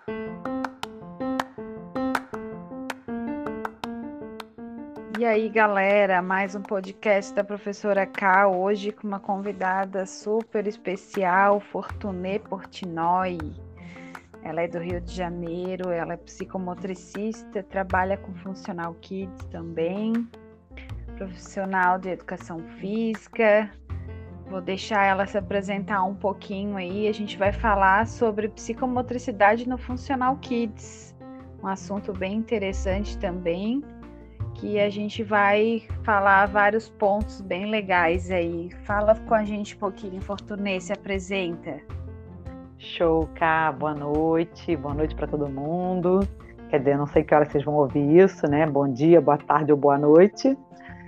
E aí, galera, mais um podcast da professora K, hoje com uma convidada super especial, Fortunê Portnoy. Ela é do Rio de Janeiro, ela é psicomotricista, trabalha com Functional Kids também, profissional de educação física. Vou deixar ela se apresentar um pouquinho aí, a gente vai falar sobre psicomotricidade no Functional Kids, um assunto bem interessante também, que a gente vai falar vários pontos bem legais aí. Fala com a gente um pouquinho, Fortunê, se apresenta. Show, Cá, boa noite para todo mundo. Quer dizer, não sei que hora vocês vão ouvir isso, né? Bom dia, boa tarde ou boa noite.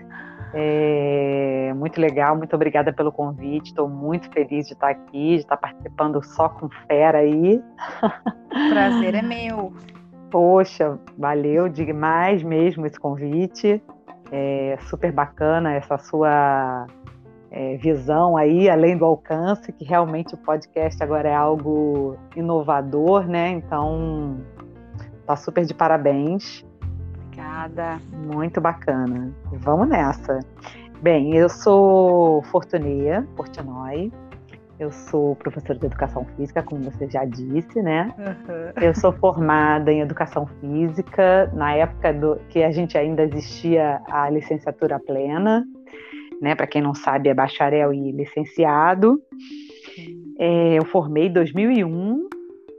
Muito legal, muito obrigada pelo convite. Estou muito feliz de estar aqui, de estar participando só com fera aí. O prazer é meu. Poxa, valeu demais mesmo esse convite. Super bacana essa sua visão aí, além do alcance, que realmente o podcast agora é algo inovador, né? Então, tá super de parabéns. Obrigada. Muito bacana. Vamos nessa. Bem, eu sou Fortunê Portnoy. Eu sou professora de educação física, como você já disse, né? Uhum. Eu sou formada em educação física, na época que a gente ainda existia a licenciatura plena, né? Para quem não sabe, é bacharel e licenciado. Eu formei em 2001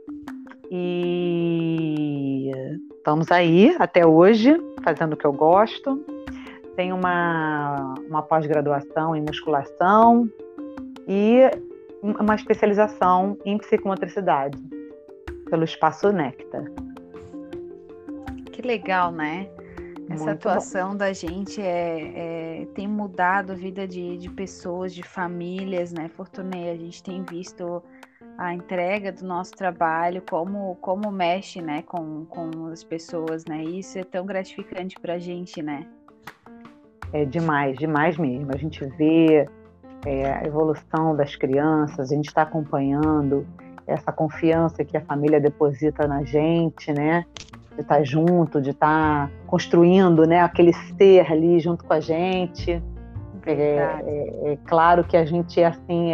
e estamos aí até hoje, fazendo o que eu gosto. Tenho uma pós-graduação em musculação e uma especialização em psicomotricidade pelo Espaço Néctar. Que legal, né? Essa Muito atuação bom. da gente tem mudado a vida de pessoas, de famílias, né, Fortunê? A gente tem visto a entrega do nosso trabalho, como mexe, né, com as pessoas, né? Isso é tão gratificante para a gente, né? É demais, demais mesmo. A gente vê a evolução das crianças, a gente está acompanhando essa confiança que a família deposita na gente, né? De estar junto, de estar construindo, né, aquele ser ali junto com a gente. É claro que a gente assim,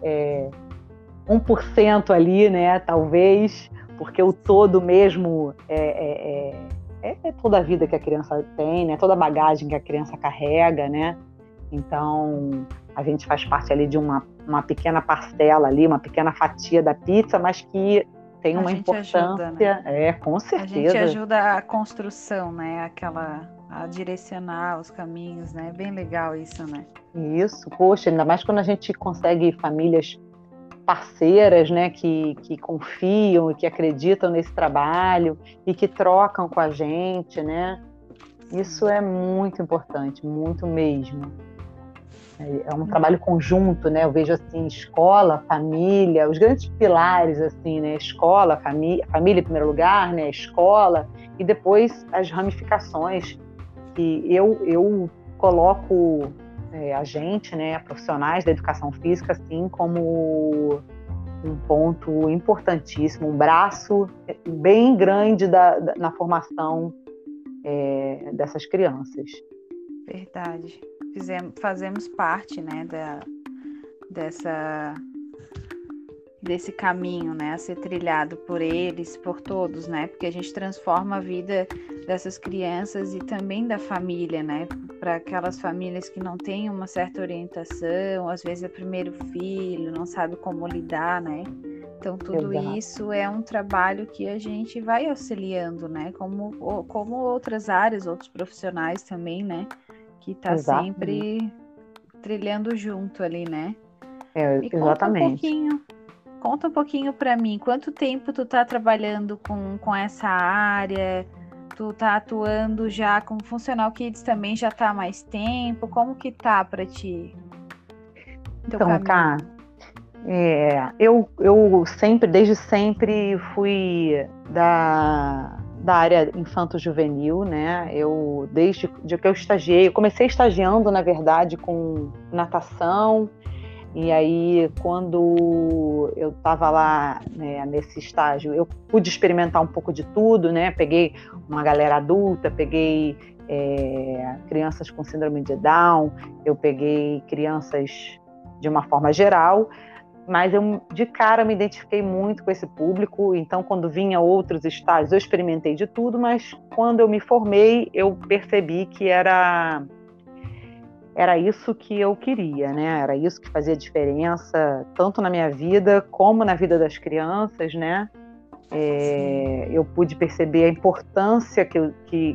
1% ali, né, talvez, porque o todo mesmo é toda a vida que a criança tem, né, toda a bagagem que a criança carrega, né? Então, a gente faz parte ali de uma pequena parcela ali, uma pequena fatia da pizza, mas que tem uma importância, ajuda, né? com certeza. A gente ajuda a construção, né? A direcionar os caminhos, né? Bem legal isso, né? Isso, poxa, ainda mais quando a gente consegue famílias parceiras, né, que confiam e que acreditam nesse trabalho e que trocam com a gente, né? Isso é muito importante, muito mesmo. É um trabalho conjunto, né? Eu vejo assim, escola, família, os grandes pilares, assim, né? Escola, família em primeiro lugar, né? Escola, e depois as ramificações que eu coloco a gente, né? Profissionais da educação física, assim, como um ponto importantíssimo, um braço bem grande na formação dessas crianças. Verdade. Fazemos parte, né, desse caminho, né, a ser trilhado por eles, por todos, né, porque a gente transforma a vida dessas crianças e também da família, né, para aquelas famílias que não têm uma certa orientação, às vezes é primeiro filho, não sabe como lidar, né. Então, tudo Exato. isso é um trabalho que a gente vai auxiliando, né, como outras áreas, outros profissionais também, né, que tá sempre trilhando junto ali, né? Me Exatamente. Conta um pouquinho para mim, quanto tempo tu tá trabalhando com essa área? Tu tá atuando já como Functional Kids também, já tá há mais tempo? Como que tá para ti? Então, Cá, eu sempre, desde sempre, fui da área infanto-juvenil, né? Desde que eu estagiei, eu comecei estagiando, na verdade, com natação, E aí, quando eu estava lá, né, nesse estágio, eu pude experimentar um pouco de tudo, né? Peguei uma galera adulta, peguei crianças com síndrome de Down, eu peguei crianças de uma forma geral, mas eu de cara me identifiquei muito com esse público. Então, quando vinha outros estágios, eu experimentei de tudo, mas quando eu me formei, eu percebi que era isso que eu queria, né? Era isso que fazia diferença, tanto na minha vida como na vida das crianças, né? Eu pude perceber a importância que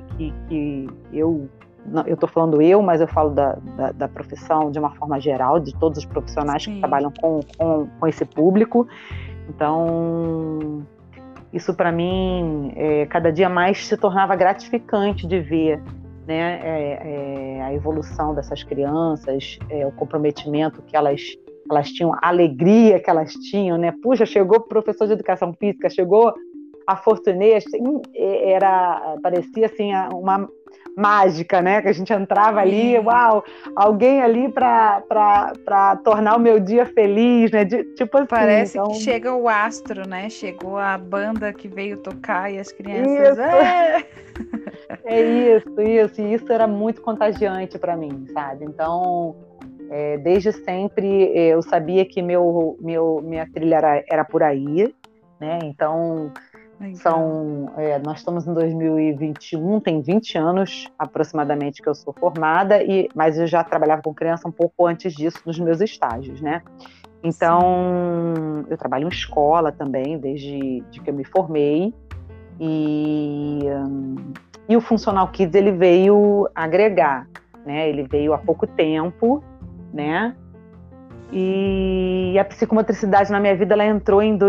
eu estou falando mas eu falo da profissão de uma forma geral, de todos os profissionais que trabalham com esse público. Então, isso para mim, cada dia mais se tornava gratificante de ver, né, a evolução dessas crianças, o comprometimento que elas tinham, a alegria que elas tinham, né? Puxa, chegou o professor de educação física, chegou a Fortunê, assim, parecia assim uma mágica, né? Que a gente entrava ali, uau, alguém ali para tornar o meu dia feliz, né? Tipo assim. Parece então... que chega o astro, né? Chegou a banda que veio tocar e as crianças... É isso. E isso era muito contagiante para mim, sabe? Então, desde sempre eu sabia que minha trilha era por aí, né? Então, nós estamos em 2021, tem 20 anos aproximadamente que eu sou formada, mas eu já trabalhava com criança um pouco antes disso, nos meus estágios, né? Então, eu trabalho em escola também, desde que eu me formei, e o Funcional Kids, ele veio agregar, né? Ele veio há pouco tempo, né? E a psicomotricidade na minha vida, ela entrou em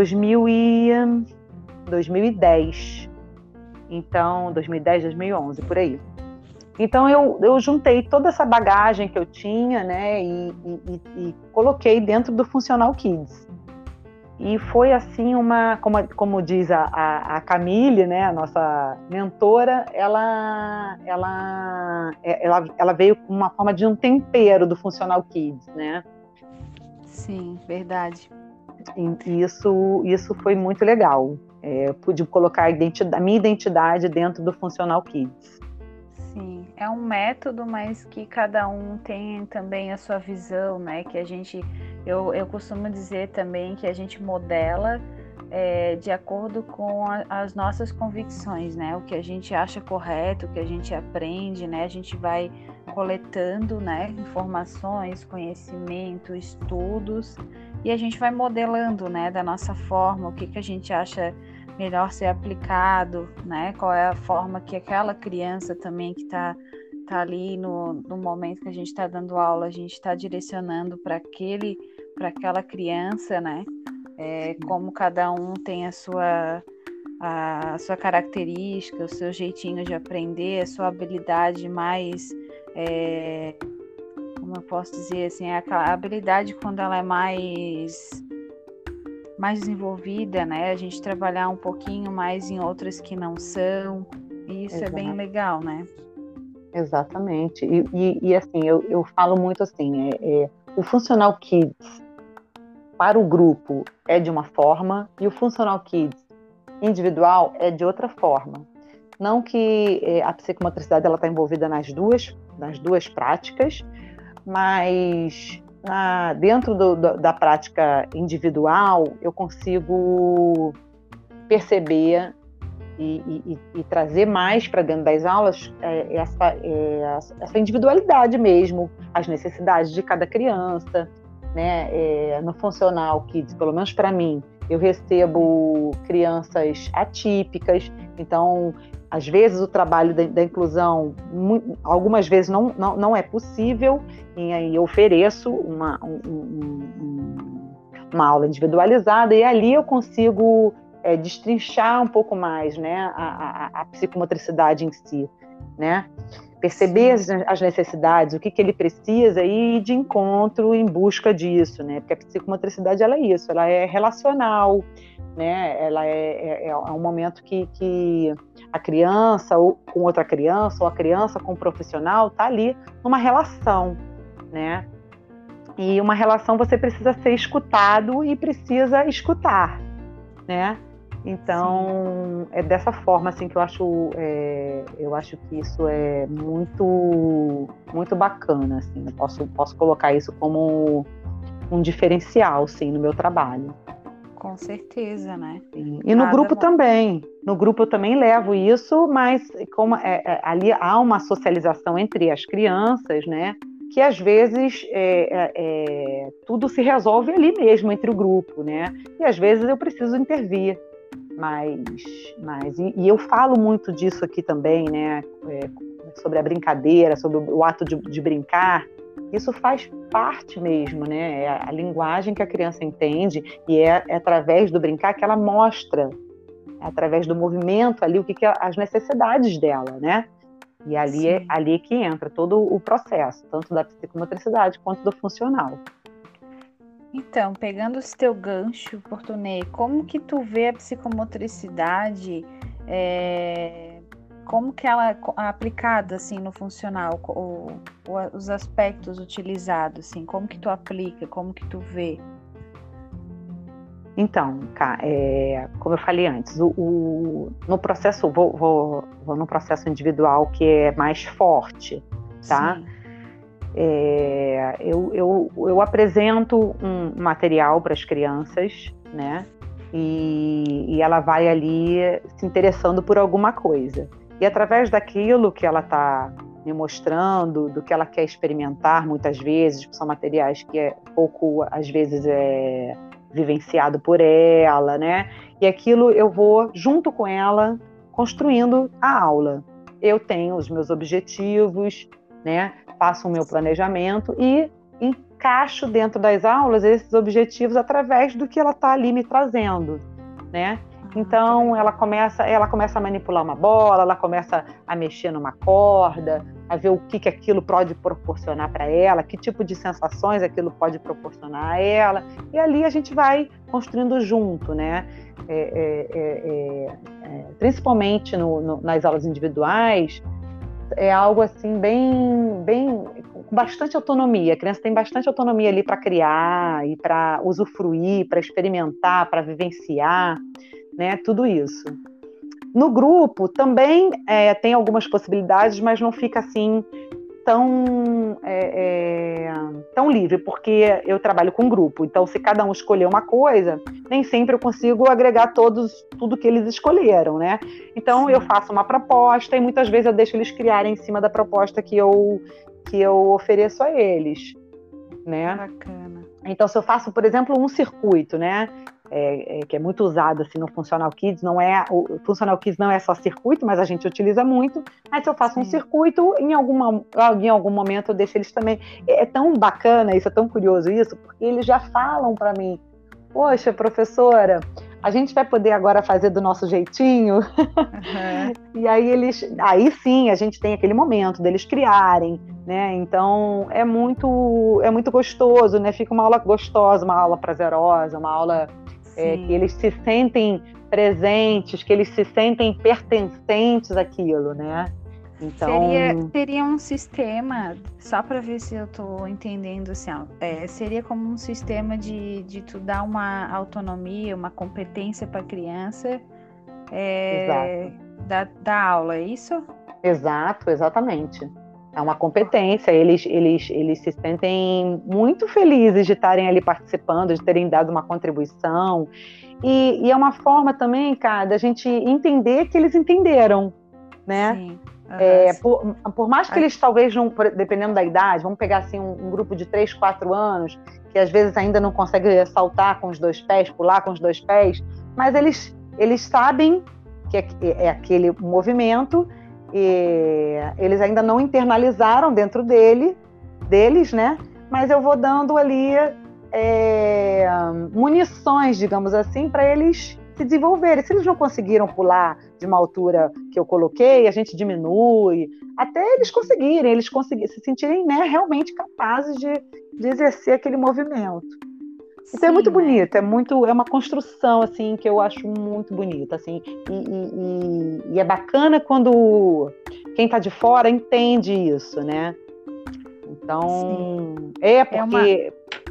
2010. Então, 2010, 2011, por aí. Então, eu juntei toda essa bagagem que eu tinha, né? E coloquei dentro do Funcional Kids. E foi assim como diz a Camille, né, a nossa mentora, ela veio com uma forma de um tempero do Funcional Kids, né? Sim, verdade. E isso foi muito legal. Eu pude colocar a minha identidade dentro do Funcional Kids. Sim, é um método, mas que cada um tem também a sua visão, né? Que eu costumo dizer também que a gente modela de acordo com as nossas convicções, né? O que a gente acha correto, o que a gente aprende, né? A gente vai coletando, né? Informações, conhecimento, estudos, e a gente vai modelando, né? Da nossa forma, o que a gente acha melhor ser aplicado, né? Qual é a forma que aquela criança também que está ali no momento que a gente está dando aula, a gente está direcionando para aquela criança, né? Como cada um tem a sua característica, o seu jeitinho de aprender, a sua habilidade mais, como eu posso dizer assim, a habilidade quando ela é mais desenvolvida, né? A gente trabalhar um pouquinho mais em outras que não são, e isso é bem legal, né? Exatamente. E assim, eu falo muito assim, o Funcional Kids para o grupo é de uma forma e o Funcional Kids individual é de outra forma. Não que a psicomotricidade ela está envolvida nas duas práticas, mas dentro da prática individual eu consigo perceber e trazer mais para dentro das aulas essa individualidade mesmo, as necessidades de cada criança, né? No Funcional Kids, pelo menos para mim, eu recebo crianças atípicas, então às vezes o trabalho da inclusão algumas vezes não é possível, e aí eu ofereço uma aula individualizada, e ali eu consigo destrinchar um pouco mais, né, a psicomotricidade em si, né? Perceber as necessidades, o que ele precisa, e ir de encontro em busca disso, né? Porque a psicomotricidade ela é isso, ela é relacional, né? Ela é um momento que a criança ou com outra criança, ou a criança com um profissional está ali numa relação, né? E uma relação você precisa ser escutado e precisa escutar, né? Então, é dessa forma assim que eu acho que isso é muito, muito bacana, assim. Eu posso colocar isso como um diferencial, sim, no meu trabalho. Com certeza, né? Sim. E no grupo também. No grupo eu também levo isso, mas como ali há uma socialização entre as crianças, né? Que às vezes tudo se resolve ali mesmo entre o grupo, né? E às vezes eu preciso intervir. E eu falo muito disso aqui também, né? Sobre a brincadeira, sobre o ato de brincar. Isso faz parte mesmo, né? É a linguagem que a criança entende e é através do brincar que ela mostra, através do movimento ali, o que as necessidades dela, né? E ali é ali que entra todo o processo, tanto da psicomotricidade quanto do funcional. Então, pegando esse teu gancho, Fortuné, como que tu vê a psicomotricidade, como que ela é aplicada assim no funcional, os aspectos utilizados, assim, como que tu aplica, como que tu vê? Então, como eu falei antes, no processo, vou no processo individual que é mais forte, tá? Eu apresento um material para as crianças, né? E ela vai ali se interessando por alguma coisa. E através daquilo que ela está me mostrando, do que ela quer experimentar, muitas vezes, são materiais que pouco, às vezes, vivenciado por ela, né? E aquilo eu vou, junto com ela, construindo a aula. Eu tenho os meus objetivos, né? Faço o meu planejamento e encaixo dentro das aulas esses objetivos através do que ela está ali me trazendo, né? Então ela começa a manipular uma bola, ela começa a mexer numa corda, a ver o que aquilo pode proporcionar para ela, que tipo de sensações aquilo pode proporcionar a ela, e ali a gente vai construindo junto, né? Principalmente nas aulas individuais, é algo assim bem com bastante autonomia. A criança tem bastante autonomia ali para criar e para usufruir, para experimentar, para vivenciar, né? Tudo isso. No grupo também tem algumas possibilidades, mas não fica assim tão livre, porque eu trabalho com grupo. Então, se cada um escolher uma coisa, nem sempre eu consigo agregar tudo que eles escolheram, né? Então, eu faço uma proposta e muitas vezes eu deixo eles criarem em cima da proposta que eu ofereço a eles, né? Bacana. Então, se eu faço, por exemplo, um circuito, né? Que é muito usado assim no Functional Kids, o Functional Kids não é só circuito, mas a gente utiliza muito, mas se eu faço um circuito, em algum momento eu deixo eles também, é tão bacana isso, é tão curioso isso, porque eles já falam para mim, poxa, professora, a gente vai poder agora fazer do nosso jeitinho? E aí sim, a gente tem aquele momento deles criarem, né? Então é muito gostoso, né? Fica uma aula gostosa, uma aula prazerosa, uma aula que eles se sentem presentes, que eles se sentem pertencentes àquilo, né? Então seria um sistema, só para ver se eu estou entendendo assim, seria como um sistema de tu dar uma autonomia, uma competência para a criança da aula, é isso? Exato, exatamente. É uma competência, eles se sentem muito felizes de estarem ali participando, de terem dado uma contribuição, e é uma forma também, cara, da gente entender que eles entenderam, né? Sim. Por mais que eles talvez, dependendo da idade, vamos pegar assim um grupo de 3, 4 anos, que às vezes ainda não consegue saltar com os 2 pés, pular com os 2 pés, mas eles sabem que é aquele movimento, e eles ainda não internalizaram dentro deles, né? Mas eu vou dando ali munições, digamos assim, para eles se desenvolverem. Se eles não conseguiram pular de uma altura que eu coloquei, a gente diminui, até eles conseguirem, se sentirem, né, realmente capazes de exercer aquele movimento. Então é muito bonito, é uma construção assim que eu acho muito bonita, assim, e é bacana quando quem está de fora entende isso, né? Então porque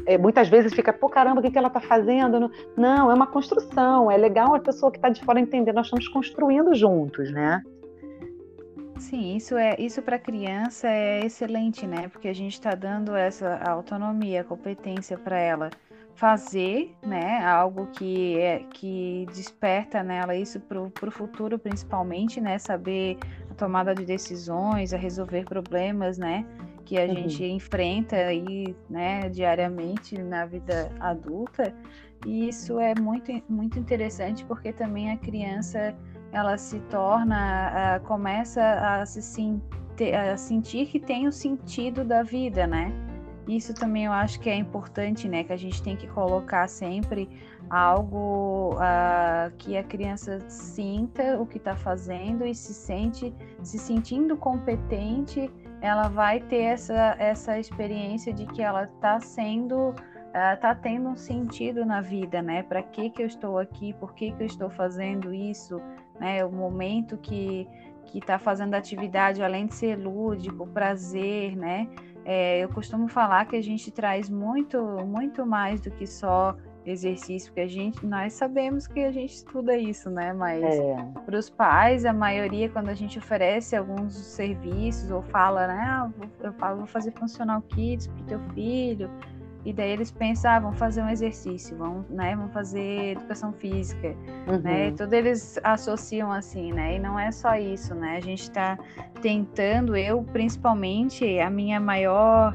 muitas vezes fica, pô, caramba, o que ela está fazendo? Não, é uma construção, é legal a pessoa que está de fora entender, nós estamos construindo juntos, né? Sim, isso para criança é excelente, né? Porque a gente está dando essa autonomia, competência para ela fazer, né? Algo que desperta nela isso para o futuro, principalmente, né? Saber a tomada de decisões, a resolver problemas, né? Que a gente enfrenta aí, né? Diariamente na vida adulta. E isso é muito, muito interessante porque também a criança ela se torna, começa a sentir que tem o sentido da vida, né? Isso também eu acho que é importante, né? Que a gente tem que colocar sempre algo que a criança sinta o que está fazendo e se sentindo competente, ela vai ter essa experiência de que ela está tendo um sentido na vida, né? Para que eu estou aqui? Por que eu estou fazendo isso? Né? O momento que está fazendo atividade, além de ser lúdico, prazer, né? Eu costumo falar que a gente traz muito, muito mais do que só exercício, porque nós sabemos que a gente estuda isso, né? Mas para os pais, a maioria, quando a gente oferece alguns serviços ou fala, né? Vou fazer Functional Kids para o teu filho. E daí eles pensam, vão fazer um exercício, vão fazer educação física, né? E tudo eles associam assim, né? E não é só isso, né? A gente está tentando, eu principalmente, a minha maior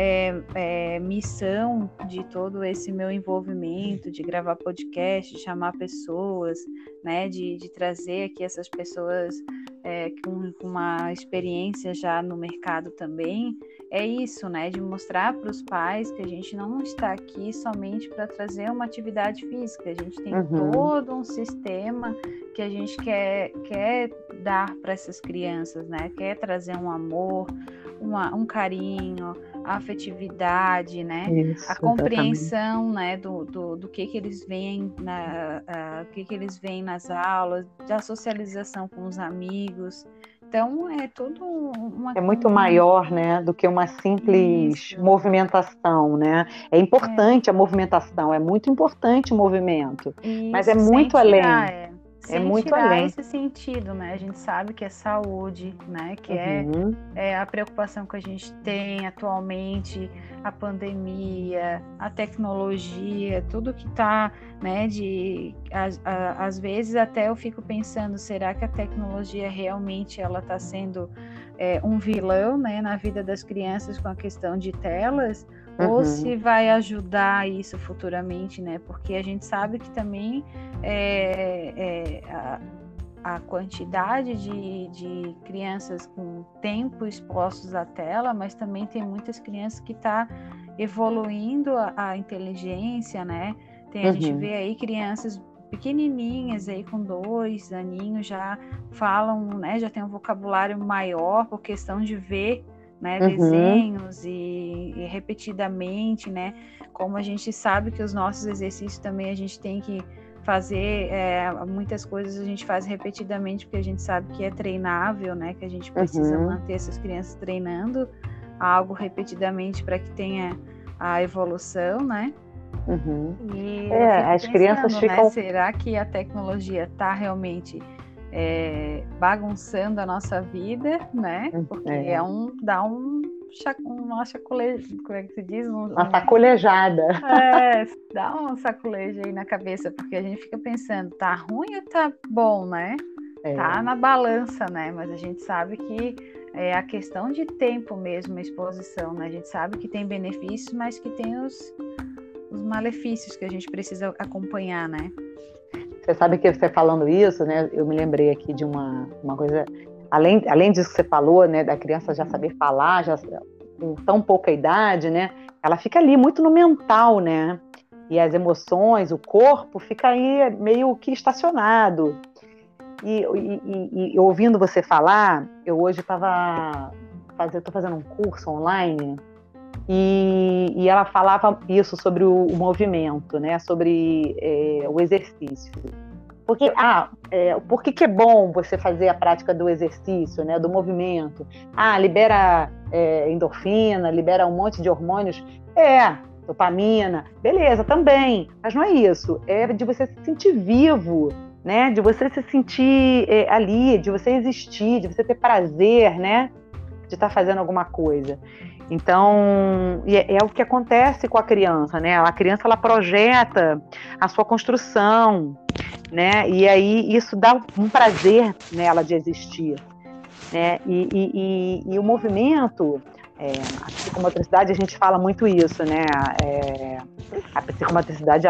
missão de todo esse meu envolvimento, de gravar podcast, de chamar pessoas, né? De trazer aqui essas pessoas com uma experiência já no mercado também, é isso, né? De mostrar para os pais que a gente não está aqui somente para trazer uma atividade física, a gente tem todo um sistema que a gente quer dar para essas crianças, né? Quer trazer um amor, um carinho, a afetividade, né? Isso, a compreensão, né? Do que eles veem que eles veem nas aulas, da socialização com os amigos. Então, é tudo É muito maior, né, do que uma simples movimentação, né? É importante a movimentação, é muito importante o movimento, mas é muito além. Sem tirar esse sentido, né? A gente sabe que é saúde, né? Que é a preocupação que a gente tem atualmente, a pandemia, a tecnologia, tudo que está, né? Às vezes até eu fico pensando, será que a tecnologia realmente ela está sendo um vilão, né? Na vida das crianças com a questão de telas? Ou se vai ajudar isso futuramente, né? Porque a gente sabe que também a quantidade de crianças com tempo expostos à tela, mas também tem muitas crianças que estão evoluindo a inteligência, né? A gente vê aí crianças pequenininhas aí com 2 aninhos já falam, né? Já tem um vocabulário maior por questão de ver, né, desenhos e repetidamente, né, como a gente sabe que os nossos exercícios também a gente tem que fazer, muitas coisas a gente faz repetidamente porque a gente sabe que é treinável, né, que a gente precisa manter essas crianças treinando algo repetidamente para que tenha a evolução, né. E as crianças ficam... né, será que a tecnologia está realmente bagunçando a nossa vida, né? Porque dá uma sacoleja, como é que se diz? Uma sacolejada. Dá um sacolejo aí na cabeça, porque a gente fica pensando, tá ruim ou tá bom, né? Tá na balança, né? Mas a gente sabe que é a questão de tempo mesmo, a exposição, né? A gente sabe que tem benefícios, mas que tem os malefícios que a gente precisa acompanhar, né? Você sabe que você falando isso, né? Eu me lembrei aqui de uma coisa, além disso que você falou, né? Da criança já saber falar, já com tão pouca idade, né? Ela fica ali muito no mental, né? E as emoções, o corpo fica aí meio que estacionado. E ouvindo você falar, eu hoje estou fazendo um curso online. E ela falava isso sobre o movimento, né? Sobre o exercício. Porque, por que é bom você fazer a prática do exercício, né? Do movimento? Libera endorfina, libera um monte de hormônios. dopamina, beleza, também, mas não é isso, é de você se sentir vivo, né? De você se sentir ali, de você existir, de você ter prazer, né? De estar fazendo alguma coisa. Então, é o que acontece com a criança, né? A criança, ela projeta a sua construção, né? E aí isso dá um prazer nela de existir, né? E o movimento, a psicomotricidade, a gente fala muito isso, né? A psicomotricidade,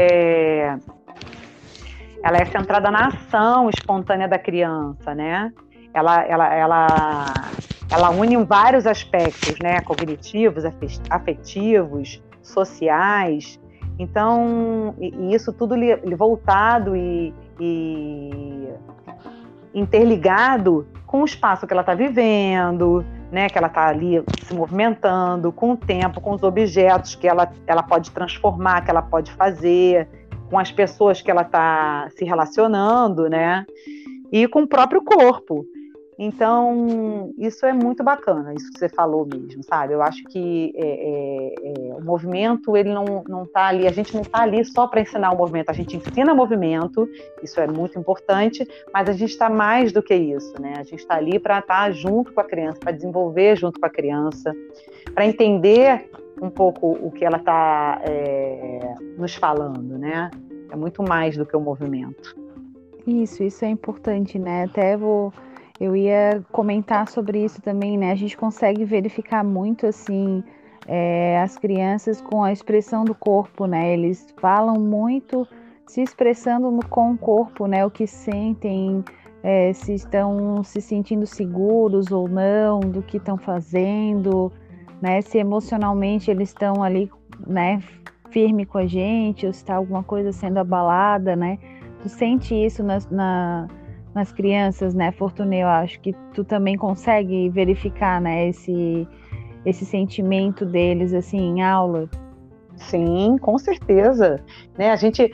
ela é centrada na ação espontânea da criança, né? Ela une vários aspectos, né? Cognitivos, afetivos, sociais. Então, e isso tudo voltado e interligado com o espaço que ela está vivendo, né? Que ela está ali se movimentando, com o tempo, com os objetos que ela pode transformar, que ela pode fazer, com as pessoas que ela está se relacionando, né? E com o próprio corpo. Então, isso é muito bacana, isso que você falou mesmo, sabe? Eu acho que o movimento, ele não está ali, a gente não está ali só para ensinar o movimento, a gente ensina movimento, isso é muito importante, mas a gente está mais do que isso, né? A gente está ali para estar junto com a criança, para desenvolver junto com a criança, para entender um pouco o que ela está nos falando, né? É muito mais do que o movimento. Isso é importante, né? Eu ia comentar sobre isso também, né? A gente consegue verificar muito, assim, as crianças com a expressão do corpo, né? Eles falam muito se expressando com o corpo, né? O que sentem, se estão se sentindo seguros ou não, do que estão fazendo, né? Se emocionalmente eles estão ali, né? Firme com a gente, ou se está alguma coisa sendo abalada, né? Tu sente isso nas crianças, né, Fortuné? Eu acho que tu também consegue verificar, né, esse sentimento deles, assim, em aula. Sim, com certeza, né? A gente,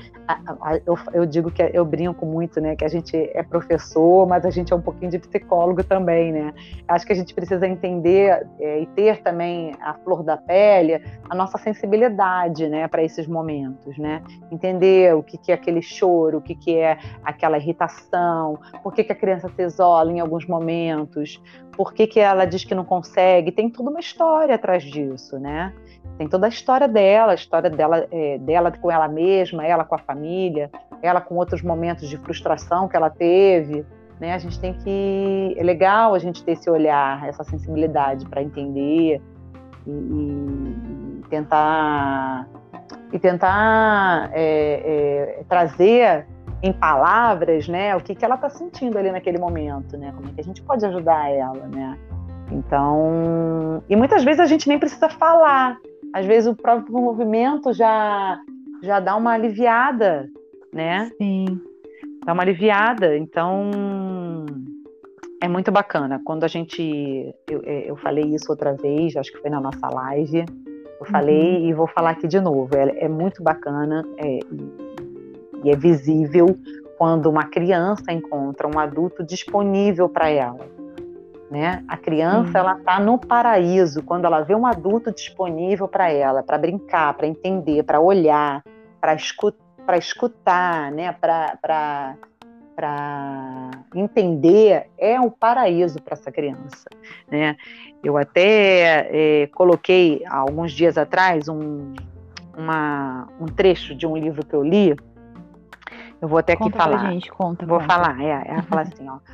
eu digo que eu brinco muito, né? Que a gente é professor, mas a gente é um pouquinho de psicólogo também, né? Acho que a gente precisa entender e ter também a flor da pele, a nossa sensibilidade, né? Para esses momentos, né? Entender o que é aquele choro, o que é aquela irritação, por que a criança se isola em alguns momentos, por que ela diz que não consegue. Tem toda uma história atrás disso, né? Tem toda a história dela dela com ela mesma, ela com a família, ela com outros momentos de frustração que ela teve, né? A gente tem que... É legal a gente ter esse olhar, essa sensibilidade para entender e tentar trazer em palavras, né, o que ela está sentindo ali naquele momento, né? Como é que a gente pode ajudar ela, né? Então, e muitas vezes a gente nem precisa falar. Às vezes o próprio movimento já dá uma aliviada, né? Sim. Dá uma aliviada. Então, é muito bacana. Quando eu falei isso outra vez, acho que foi na nossa live, eu falei e vou falar aqui de novo. É muito bacana e é visível quando uma criança encontra um adulto disponível para ela. Né? A criança, ela está no paraíso quando ela vê um adulto disponível para ela, para brincar, para entender, para olhar, para escutar, né? Para entender. É um paraíso para essa criança, né? Eu até coloquei há alguns dias atrás um trecho de um livro que eu li. Eu vou até aqui falar. Pra gente, conta. Falar. Ela fala assim, ó.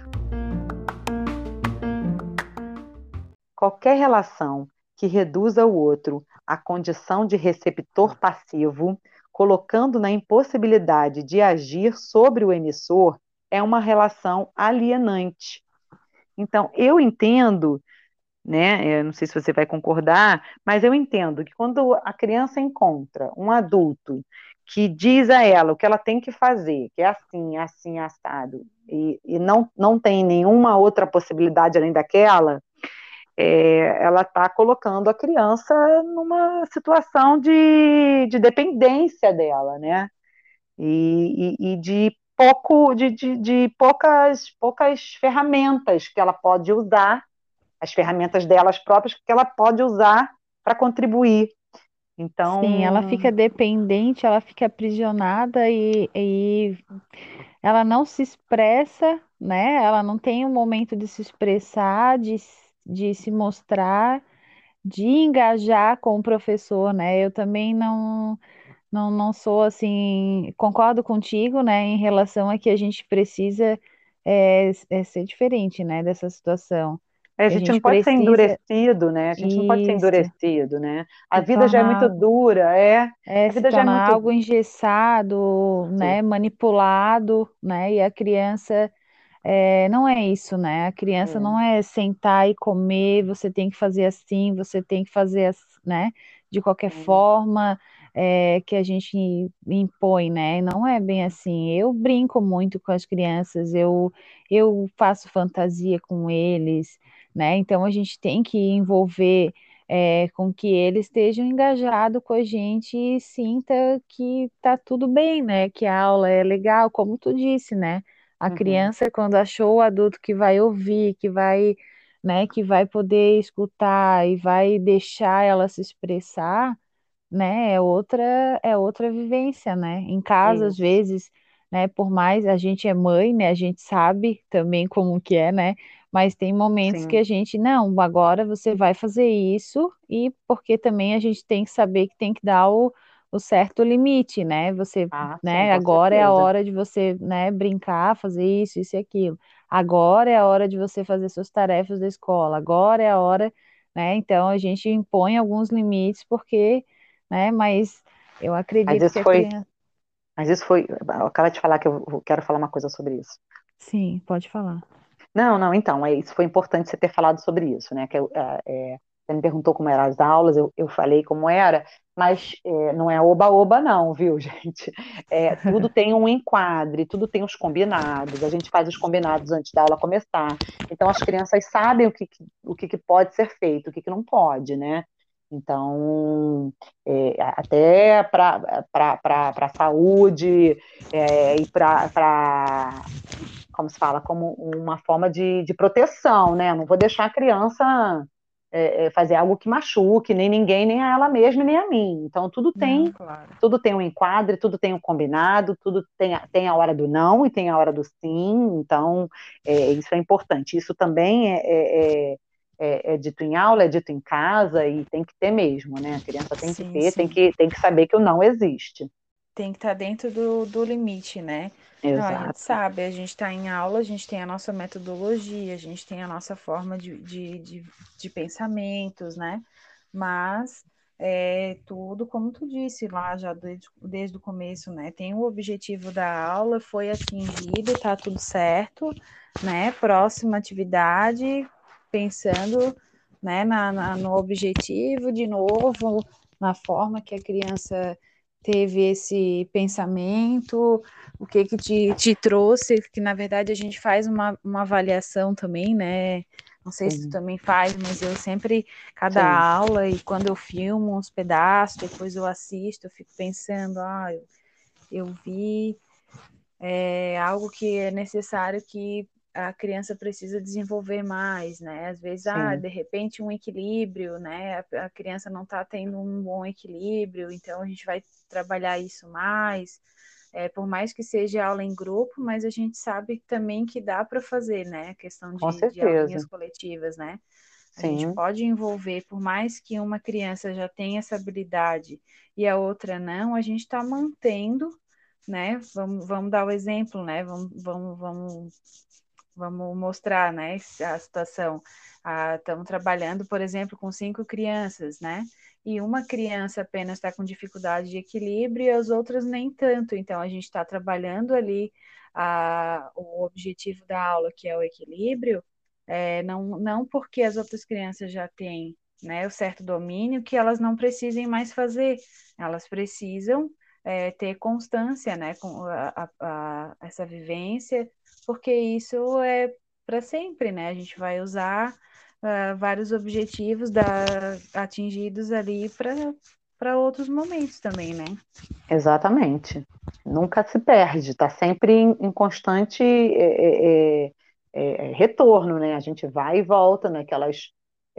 Qualquer relação que reduza o outro à condição de receptor passivo, colocando na impossibilidade de agir sobre o emissor, é uma relação alienante. Então, eu entendo, né, eu não sei se você vai concordar, mas eu entendo que quando a criança encontra um adulto que diz a ela o que ela tem que fazer, que é assim, assim, assado, e não tem nenhuma outra possibilidade além daquela, ela está colocando a criança numa situação de dependência dela, né? E de poucas ferramentas que ela pode usar, as ferramentas delas próprias que ela pode usar para contribuir. Sim, ela fica Então, dependente, ela fica aprisionada e ela não se expressa, né? Ela não tem um momento de se expressar, de se mostrar, de engajar com o professor, né? Eu também não sou assim, concordo contigo, né, em relação a que a gente precisa ser diferente, né, dessa situação. a Que a gente não gente pode ser precisa endurecido, né? A gente não pode ser isso, endurecido, né? A se vida já é muito tornar dura, a se vida já é tornar muito algo engessado, dura. né, manipulado, né, e a criança não é isso, né? A criança não É, é sentar e comer, você tem que fazer assim, você tem que fazer, né? De qualquer é, forma que a gente impõe, né? Não é bem assim. Eu brinco muito com as crianças, eu faço fantasia com eles, né? Então a gente tem que envolver com que eles estejam engajados com a gente e sinta que tá tudo bem, né? Que a aula é legal, como tu disse, né? A uhum, criança, quando achou o adulto que vai ouvir, que vai, né, que vai poder escutar e vai deixar ela se expressar, né? É outra vivência, né? Em casa, às isso, vezes, né? Por mais a gente é mãe, né? A gente sabe também como que é, né? Mas tem momentos que sim. a gente, não, agora você vai fazer isso, e porque também a gente tem que saber que tem que dar o certo limite, né? Você, Ah, sim, né? com Agora é a certeza. hora de você, né, brincar, fazer isso e aquilo. Agora é a hora de você fazer suas tarefas da escola. Agora é a hora, né? Então a gente impõe alguns limites porque né? Mas eu Mas acredito isso que a foi, criança. mas isso foi, eu acabo de falar que eu quero falar uma coisa sobre isso. Sim, pode falar. Não, não, então, isso foi importante você ter falado sobre isso, né? Você me perguntou como eram as aulas, eu falei como era, mas não é oba-oba, não, viu, gente? Tudo tem um enquadre, tudo tem os combinados, a gente faz os combinados antes da aula começar. Então, as crianças sabem o que pode ser feito, o que não pode, né? Então, até para a saúde e para como se fala, como uma forma de proteção, né? Eu não vou deixar a criança fazer algo que machuque, nem ninguém, nem a ela mesma, nem a mim. Então, Não, claro. tudo tem um enquadre, tudo tem um combinado, tudo tem a hora do não e tem a hora do sim. Então, isso é importante. Isso também é dito em aula, é dito em casa e tem que ter mesmo, né? A criança tem que Sim, ter, sim. tem que saber que o não existe. Tem que estar dentro do limite, né? Não, a gente Exato. sabe, a gente está em aula, a gente tem a nossa metodologia, a gente tem a nossa forma de pensamentos, né? Mas tudo, como tu disse lá já desde o começo, né? Tem o objetivo da aula, foi atingido, tá tudo certo, né? Próxima atividade, pensando, né, no objetivo, de novo, na forma que a criança teve esse pensamento, o que que te trouxe, que na verdade a gente faz uma avaliação também, né? Não sei se tu Sim, também faz, mas eu sempre, cada sim, aula e quando eu filmo uns pedaços, depois eu assisto, eu fico pensando, eu vi algo que é necessário que a criança precisa desenvolver mais, né? Às vezes, sim. de repente um equilíbrio, né? A criança não está tendo um bom equilíbrio, então a gente vai trabalhar isso mais. Por mais que seja aula em grupo, mas a gente sabe também que dá para fazer, né? A questão Com de aulinhas certeza. coletivas, né? A gente Sim, pode envolver, por mais que uma criança já tenha essa habilidade e a outra não, a gente está mantendo, né? Vamos dar o exemplo, né? Vamos mostrar, né? A situação. Estamos trabalhando, por exemplo, com 5 crianças, né? E uma criança apenas está com dificuldade de equilíbrio e as outras nem tanto. Então, a gente está trabalhando ali o objetivo da aula, que é o equilíbrio, não porque as outras crianças já têm, né, o certo domínio, que elas não precisem mais fazer. Elas precisam ter constância, né, com essa vivência, porque isso é para sempre, né? A gente vai usar vários objetivos atingidos ali para outros momentos também, né? exatamente. Nunca se perde, está sempre em constante retorno, né? A gente vai e volta naquelas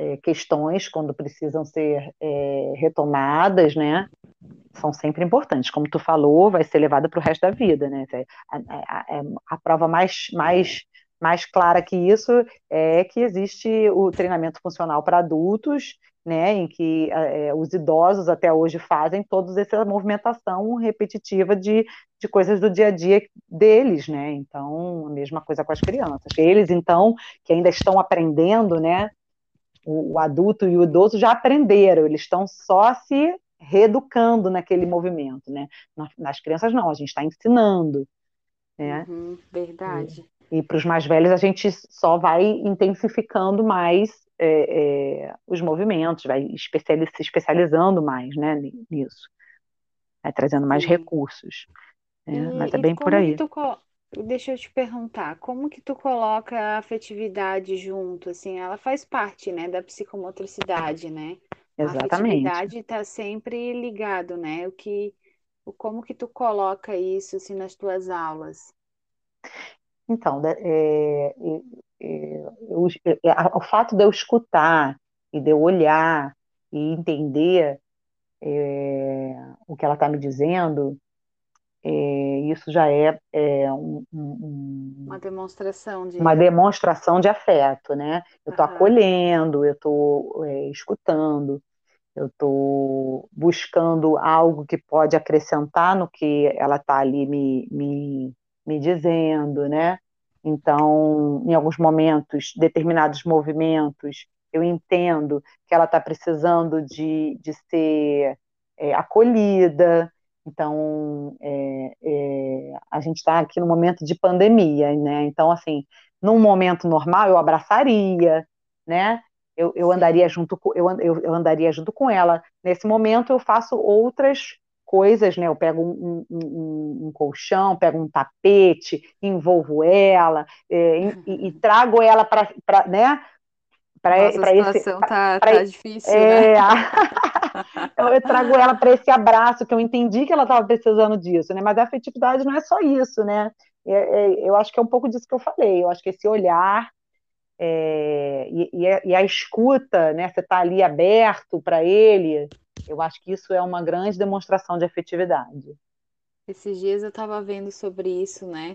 questões quando precisam ser retomadas, né? São sempre importantes. Como tu falou, vai ser levada para o resto da vida, né? A prova mais clara que isso é que existe o treinamento funcional para adultos, né? Em que os idosos até hoje fazem toda essa movimentação repetitiva de coisas do dia a dia deles, né? Então, a mesma coisa com as crianças. Eles, então, que ainda estão aprendendo, né? O adulto e o idoso já aprenderam, eles estão só se reeducando naquele movimento, né? Nas crianças não, a gente está ensinando, né? Uhum, verdade. E para os mais velhos a gente só vai intensificando mais os movimentos, vai se especializando mais, né, nisso, vai trazendo mais Sim. recursos, né? Mas é E bem por como que aí. tu, deixa eu te perguntar, como que tu coloca a afetividade junto, assim, ela faz parte, né, da psicomotricidade, né? A Exatamente. afetividade está sempre ligado, né? Como que tu coloca isso, assim, nas tuas aulas? Então, o fato de eu escutar e de eu olhar e entender o que ela está me dizendo, isso já Uma demonstração uma de... demonstração de afeto, né? Eu estou Aham. acolhendo, eu estou escutando, eu estou buscando algo que pode acrescentar no que ela está ali me dizendo, né? Então, em alguns momentos, determinados movimentos, eu entendo que ela está precisando de ser acolhida. Então, a gente está aqui no momento de pandemia, né? Então, assim, num momento normal, eu abraçaria, né? Eu andaria Sim. junto eu andaria junto com ela. Nesse momento eu faço outras coisas, né? Eu pego um colchão, pego um tapete, envolvo ela e trago ela para né? Nossa, a Para esse situação tá pra, difícil, né? é, eu trago ela para esse abraço que eu entendi que ela estava precisando disso, né? Mas a afetividade não é só isso, né? Eu acho que é um pouco disso que eu falei. Eu acho que esse olhar e a escuta, né? Você está ali aberto para ele. Eu acho que isso é uma grande demonstração de afetividade. Esses dias eu estava vendo sobre isso, né?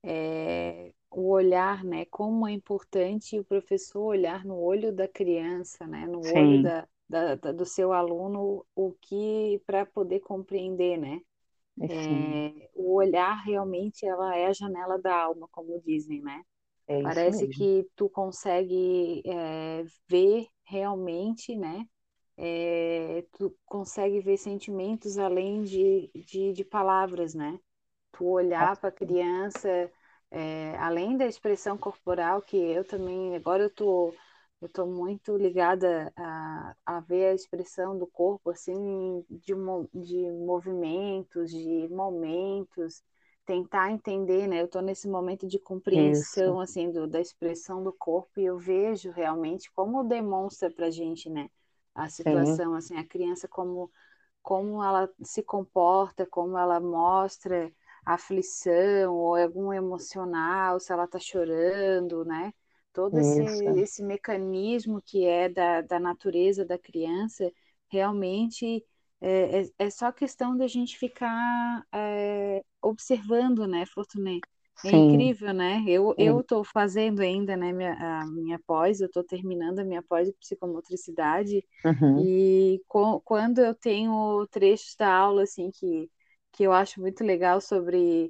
O olhar, né? Como é importante o professor olhar no olho da criança, né? No olho Sim, do seu aluno, o que para poder compreender, né? sim, O olhar realmente ela é a janela da alma, como dizem, né? é isso Parece mesmo. que tu consegue ver realmente, né? Tu consegue ver sentimentos além de palavras, né? Tu Com olhar para a certeza. criança, além da expressão corporal, que eu também, agora eu tô muito ligada a ver a expressão do corpo, assim, de movimentos, de momentos, tentar entender, né? Eu tô nesse momento de Isso, compreensão, assim, da expressão do corpo e eu vejo realmente como demonstra pra gente, né? A sim, situação, assim, a criança como ela se comporta, como ela mostra aflição ou algum emocional, se ela está chorando, né? Todo isso, esse mecanismo que é da natureza da criança, realmente é só questão da gente ficar observando, né, Fortuné? É sim, incrível, né? é, Eu estou fazendo ainda, né, a minha pós, eu estou terminando a minha pós de psicomotricidade uhum, e quando eu tenho trechos da aula assim que eu acho muito legal sobre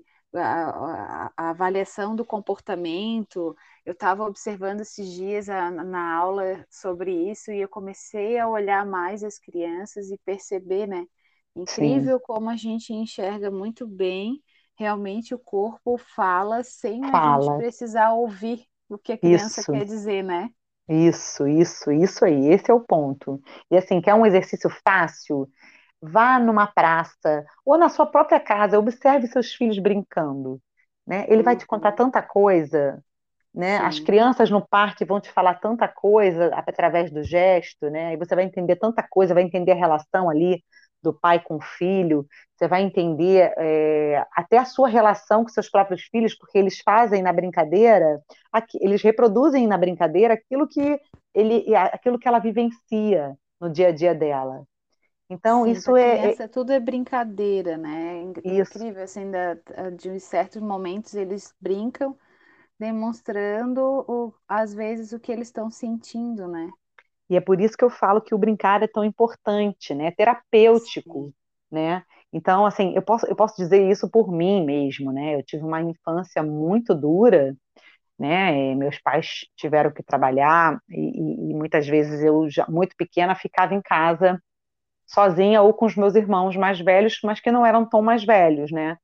a avaliação do comportamento, eu estava observando esses dias na aula sobre isso e eu comecei a olhar mais as crianças e perceber, né? sim, Incrível como a gente enxerga muito bem, realmente o corpo fala sem a gente fala, precisar ouvir o que a criança isso. quer dizer, né? Isso aí, esse é o ponto. E assim, quer um exercício fácil? Vá numa praça ou na sua própria casa, observe seus filhos brincando, né? Ele vai te contar Uhum, tanta coisa, né? As sim. crianças no parque vão te falar tanta coisa através do gesto, né? E você vai entender tanta coisa, vai entender a relação ali do pai com o filho, você vai entender até a sua relação com seus próprios filhos, porque eles fazem na brincadeira, eles reproduzem na brincadeira aquilo aquilo que ela vivencia no dia a dia dela. Então, Sim, isso para é criança tudo é brincadeira, né? É isso. incrível, assim, de certos momentos eles brincam, demonstrando, às vezes, o que eles estão sentindo, né? E é por isso que eu falo que o brincar é tão importante, né? É Sim. terapêutico, né? Então, assim, eu posso dizer isso por mim mesmo, né? Eu tive uma infância muito dura, né? Meus pais tiveram que trabalhar e muitas vezes eu, já muito pequena, ficava em casa sozinha ou com os meus irmãos mais velhos, mas que não eram tão mais velhos, né?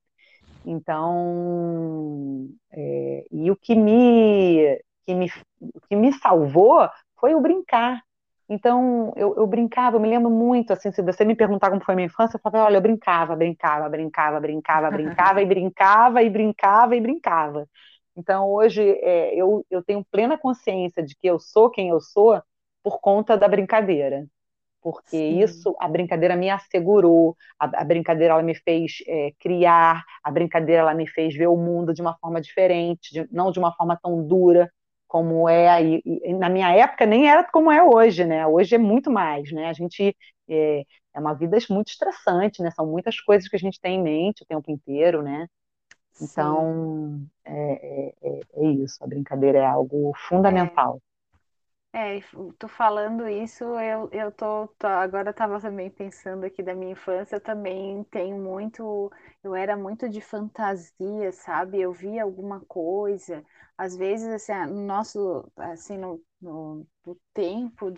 Então, e o que me salvou foi o brincar. Então, eu brincava, eu me lembro muito, assim, se você me perguntar como foi a minha infância, eu falava, olha, eu brincava, brincava, brincava, brincava, brincava, e brincava, e brincava, e brincava. Então, hoje, eu tenho plena consciência de que eu sou quem eu sou por conta da brincadeira, porque Sim, isso a brincadeira me assegurou, a brincadeira ela me fez criar, a brincadeira ela me fez ver o mundo de uma forma diferente, não de uma forma tão dura como é aí. E na minha época nem era como é hoje, né? Hoje é muito mais, né? A gente é uma vida muito estressante, né? São muitas coisas que a gente tem em mente o tempo inteiro, né? sim. Então é isso, a brincadeira é algo É. fundamental. Tu falando isso, agora estava também pensando aqui da minha infância, eu também tenho muito, eu era muito de fantasia, sabe? Eu via alguma coisa, às vezes, assim, no nosso, assim, no tempo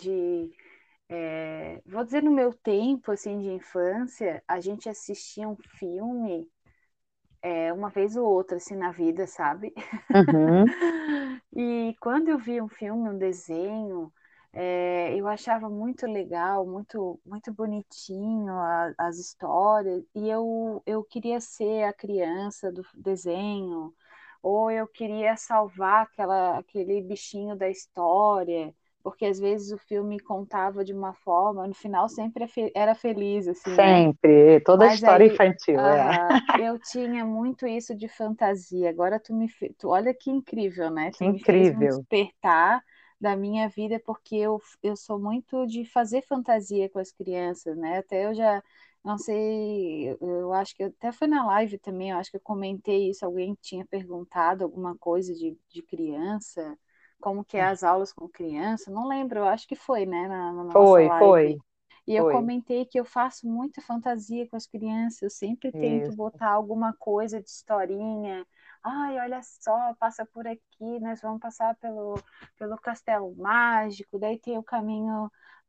vou dizer no meu tempo, assim, de infância, a gente assistia um filme, uma vez ou outra, assim, na vida, sabe? Uhum, E quando eu vi um filme, um desenho, eu achava muito legal, muito, muito bonitinho as histórias, e eu queria ser a criança do desenho, ou eu queria salvar aquele bichinho da história, porque às vezes o filme contava de uma forma, no final sempre era feliz, assim, né? sempre, toda a Mas história aí, infantil, eu tinha muito isso de fantasia. Agora olha que incrível, né? que Tu me fez um incrível. despertar da minha vida porque eu sou muito de fazer fantasia com as crianças, né? Até eu já não sei, eu acho que até foi na live também, eu acho que eu comentei isso, alguém tinha perguntado alguma coisa de criança, como que é as aulas com criança, não lembro, eu acho que foi, né, na nossa Foi, live. foi, E eu foi. comentei que eu faço muita fantasia com as crianças, eu sempre tento Isso. botar alguma coisa de historinha. Ai, olha só, passa por aqui, nós vamos passar pelo Castelo Mágico, daí tem o caminho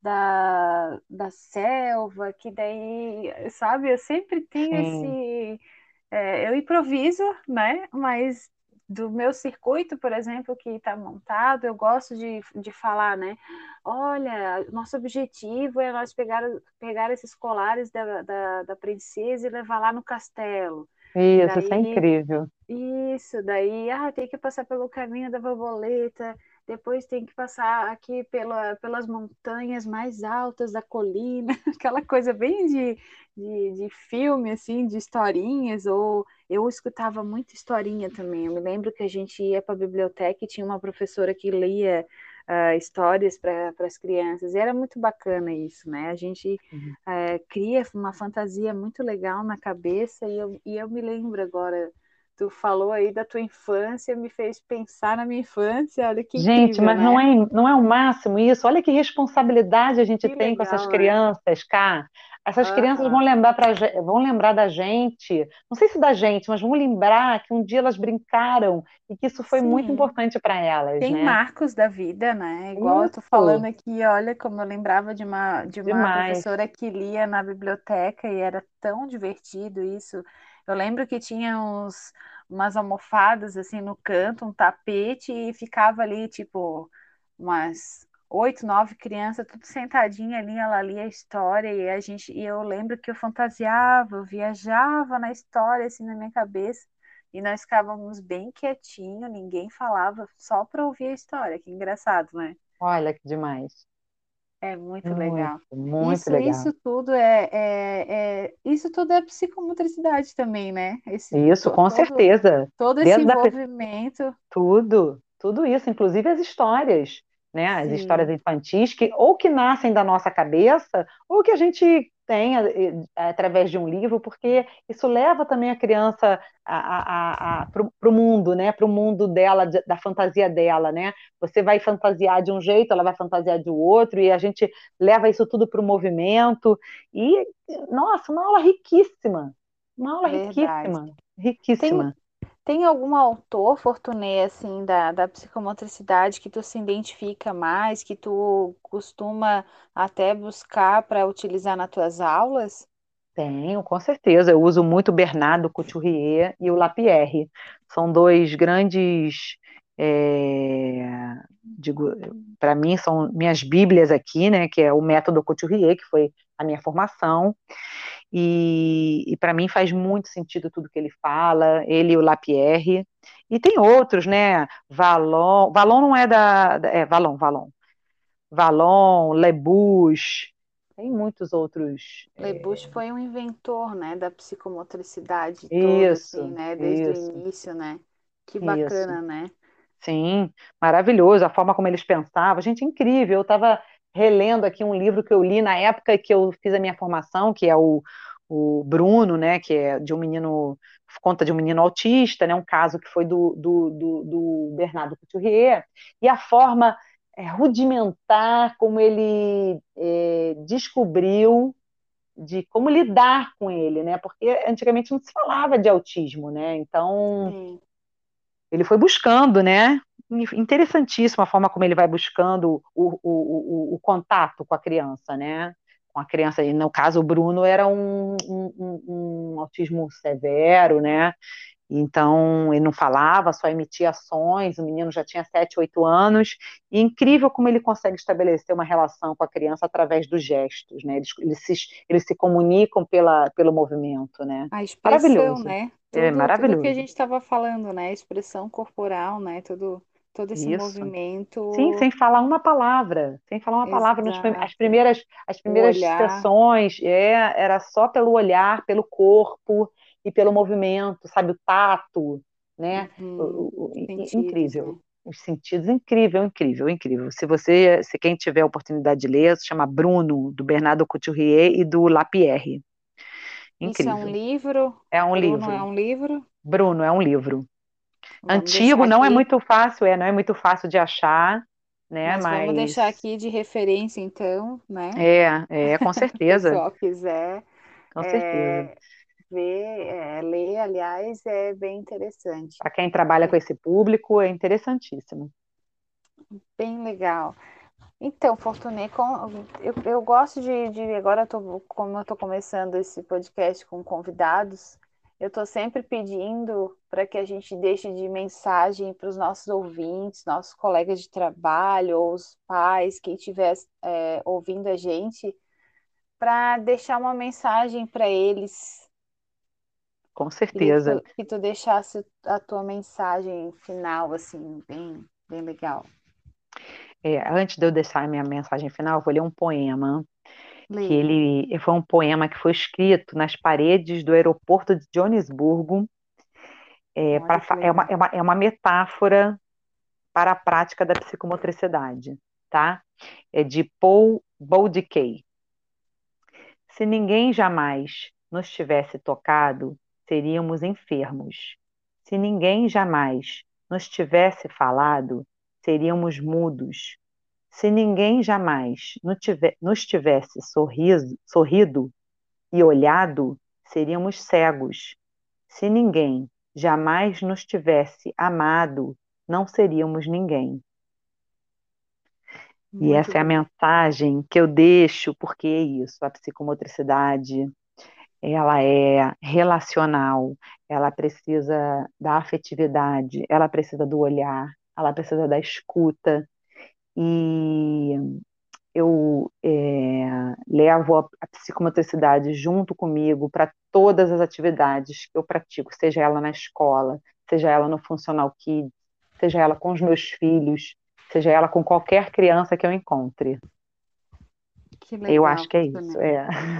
da selva, que daí, sabe, eu sempre tenho Sim, eu improviso, né? Mas do meu circuito, por exemplo, que está montado, eu gosto de falar, né? Olha, nosso objetivo é nós pegar esses colares da princesa e levar lá no castelo. isso é Daí incrível. isso, daí, tem que passar pelo caminho da borboleta, depois tem que passar aqui pelas montanhas mais altas da colina, aquela coisa bem de filme, assim, de historinhas, ou eu escutava muita historinha também. Eu me lembro que a gente ia para a biblioteca e tinha uma professora que lia histórias para as crianças, e era muito bacana isso, né? A gente cria uma fantasia muito legal na cabeça, e eu me lembro agora. Tu falou aí da tua infância, me fez pensar na minha infância. Olha que Gente, incrível, mas não né? é, não é o máximo isso? Olha que responsabilidade a gente Que tem com essas legal, né? crianças, cá. Essas crianças vão Aham. lembrar, vão lembrar da gente, não sei se da gente, mas vão lembrar que um dia elas brincaram e que isso foi muito Sim, importante para elas, tem né? marcos da vida, né? Igual eu tô falando Isso, aqui, olha como eu lembrava de uma demais. professora que lia na biblioteca e era tão divertido isso. Eu lembro que tinha umas almofadas assim no canto, um tapete e ficava ali tipo umas 8, 9 crianças, tudo sentadinha ali, ela lia a história e eu lembro que eu fantasiava, eu viajava na história assim na minha cabeça. E nós ficávamos bem quietinho, ninguém falava, só para ouvir a história. Que engraçado, né? Olha que demais. É muito Muito, legal. muito Isso legal. tudo isso tudo é psicomotricidade também, né? Isso, com certeza. Todo esse Dentro da envolvimento. tudo, tudo isso, inclusive as histórias. né? As histórias Sim, infantis que ou que nascem da nossa cabeça ou que a gente tem através de um livro, porque isso leva também a criança para o mundo, né? Para o mundo dela, da fantasia dela, né? Você vai fantasiar de um jeito, ela vai fantasiar de outro, e a gente leva isso tudo para o movimento. E, nossa, uma aula verdade. riquíssima, Tem, riquíssima. tem algum autor, Fortuné, assim, da psicomotricidade que tu se identifica mais, que tu costuma até buscar para utilizar nas tuas aulas? Tenho, com certeza. Eu uso muito o Bernardo Couturier e o Lapierre. São dois grandes, digo, para mim são minhas bíblias aqui, né? Que é o método Couturier, que foi a minha formação, e para mim faz muito sentido tudo que ele fala. Ele e o Lapierre. E tem outros, né? Valon não é Valon, Lebouche. Tem muitos outros. Lebush foi um inventor, né, da psicomotricidade toda, assim, Isso, né, desde o isso, início, né? Que isso. bacana, né? Sim, maravilhoso. A forma como eles pensavam, gente, incrível. Eu estava relendo aqui um livro que eu li na época que eu fiz a minha formação, que é o Bruno, né? Que é de um menino, conta de um menino autista, né? Um caso que foi do Bernardo Couturier. E a forma rudimentar como ele descobriu de como lidar com ele, né? Porque antigamente não se falava de autismo, né? Então Sim, ele foi buscando, né? Interessantíssima a forma como ele vai buscando o contato com a criança, né? Com a criança, e no caso o Bruno era um autismo severo, né? Então ele não falava, só emitia ações, o menino já tinha 7, 8 anos, e incrível como ele consegue estabelecer uma relação com a criança através dos gestos, né? Eles se comunicam pelo movimento, né? a expressão, Maravilhoso, né? é Tudo que a maravilhoso. gente estava falando, né? A expressão corporal, né? Todo esse Isso. Sim, movimento, sem falar uma palavra, sem falar uma palavra. As exato. primeiras, as O primeiras olhar, sessões era só pelo olhar, pelo corpo e pelo movimento, sabe, o tato, né? uhum, sentidos, Incrível. né? Os sentidos, incrível, incrível, incrível. Se quem tiver a oportunidade de ler, se chama Bruno, do Bernardo Couturier e do Lapierre. Isso é um Incrível. livro? É um Bruno é livro. um livro? Bruno é um livro. Vamos deixar Antigo, não é aqui, muito fácil, não é muito fácil de achar, né? mas vamos deixar Mas aqui de referência, então, né? com O certeza, pessoal quiser com certeza. é, ver, ler, aliás, é bem interessante. Para quem trabalha com Bem, esse público, é interessantíssimo. bem legal. Então, Fortuné, eu gosto agora como eu estou começando esse podcast com convidados, eu estou sempre pedindo para que a gente deixe de mensagem para os nossos ouvintes, nossos colegas de trabalho, ou os pais, quem estiver ouvindo a gente, para deixar uma mensagem para eles. Com Queria certeza. que tu deixasse a tua mensagem final, assim, bem legal. Antes de eu deixar a minha mensagem final, eu vou ler um poema, que Leia. ele foi um poema que foi escrito nas paredes do aeroporto de Joanesburgo. Olha que legal. É uma metáfora para a prática da psicomotricidade, tá? É de Paul Boudicca. Se ninguém jamais nos tivesse tocado, seríamos enfermos. Se ninguém jamais nos tivesse falado, seríamos mudos. Se ninguém jamais nos tivesse sorrido e olhado, seríamos cegos. Se ninguém jamais nos tivesse amado, não seríamos ninguém. E Muito essa é a bonito. mensagem que eu deixo, porque é isso, a psicomotricidade ela é relacional, ela precisa da afetividade, ela precisa do olhar, ela precisa da escuta. E eu levo a psicomotricidade junto comigo para todas as atividades que eu pratico, seja ela na escola, seja ela no Functional Kids, seja ela com os meus filhos, seja ela com qualquer criança que eu encontre. Que Eu acho legal, que é isso. Fortuné.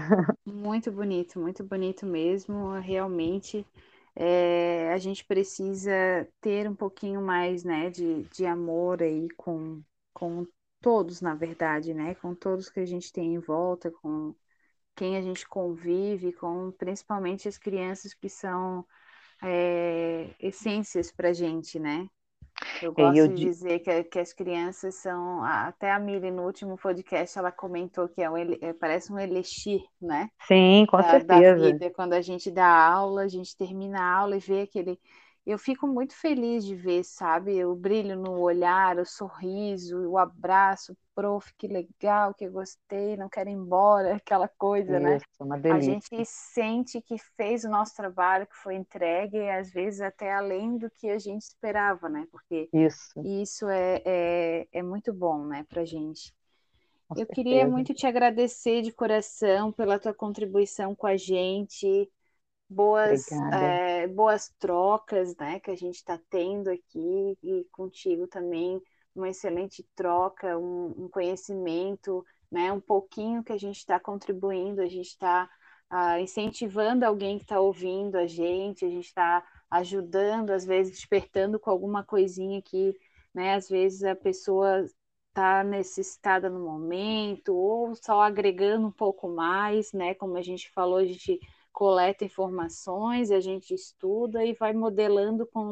Muito bonito mesmo. Realmente, a gente precisa ter um pouquinho mais, né, de amor aí com todos, na verdade, né? Com todos que a gente tem em volta, com quem a gente convive, com principalmente as crianças que são essências para a gente, né? Eu E gosto de dizer que as crianças são. Até a Mili, no último podcast, ela comentou que parece um elixir, né? sim, com Da certeza. vida. Quando a gente dá aula, a gente termina a aula e vê aquele. Eu fico muito feliz de ver, sabe? O brilho no olhar, o sorriso, o abraço, prof, que legal, que eu gostei, não quero ir embora, aquela coisa, né? Isso, uma A delícia. gente sente que fez o nosso trabalho, que foi entregue, e às vezes até além do que a gente esperava, né? Porque Isso, isso é muito bom, né, pra gente. com Eu queria certeza. muito te agradecer de coração pela tua contribuição com a gente, Obrigada. boas trocas, né, que a gente está tendo aqui e contigo também, uma excelente troca, um conhecimento, né, um pouquinho que a gente está contribuindo, a gente está incentivando alguém que está ouvindo a gente está ajudando, às vezes despertando com alguma coisinha que, né, às vezes a pessoa está necessitada no momento, ou só agregando um pouco mais, né? Como a gente falou, a gente coleta informações, a gente estuda e vai modelando com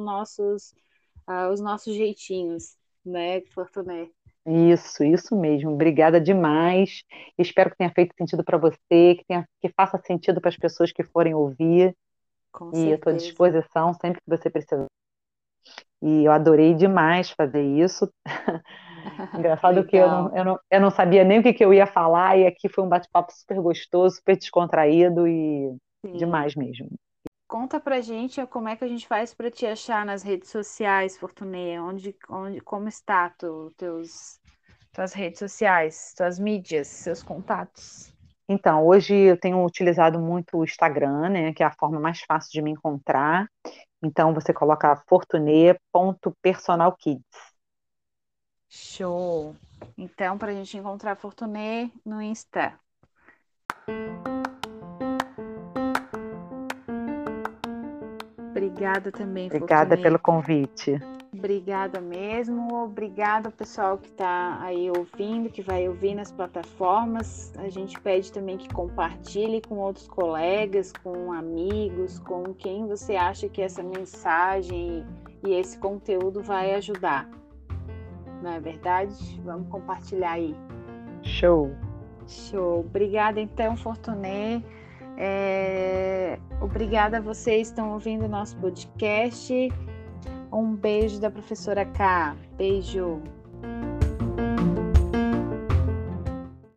os nossos jeitinhos, né, Fortuné? Isso mesmo. Obrigada demais. Espero que tenha feito sentido para você, que faça sentido para as pessoas que forem ouvir. Com E eu estou à certeza. disposição sempre que você precisar. E eu adorei demais fazer isso. Engraçado que Legal. eu não sabia nem o que eu ia falar, e aqui foi um bate-papo super gostoso, super descontraído e Sim. demais mesmo. Conta pra gente como é que a gente faz para te achar nas redes sociais, Fortunê. Como está tuas redes sociais, tuas mídias, seus contatos? Então, hoje eu tenho utilizado muito o Instagram, né, que é a forma mais fácil de me encontrar. Então, você coloca fortune.personalkids. Show! Então, para a gente encontrar Fortunê no Insta. Obrigada também, Obrigada Fortunê. pelo convite. Obrigada mesmo. Obrigada ao pessoal que está aí ouvindo, que vai ouvir nas plataformas. A gente pede também que compartilhe com outros colegas, com amigos, com quem você acha que essa mensagem e esse conteúdo vai ajudar. Não é verdade? Vamos compartilhar aí. Show! Show. Obrigada então, Fortunê. Obrigada a vocês que estão ouvindo o nosso podcast. Um beijo da professora K. Beijo.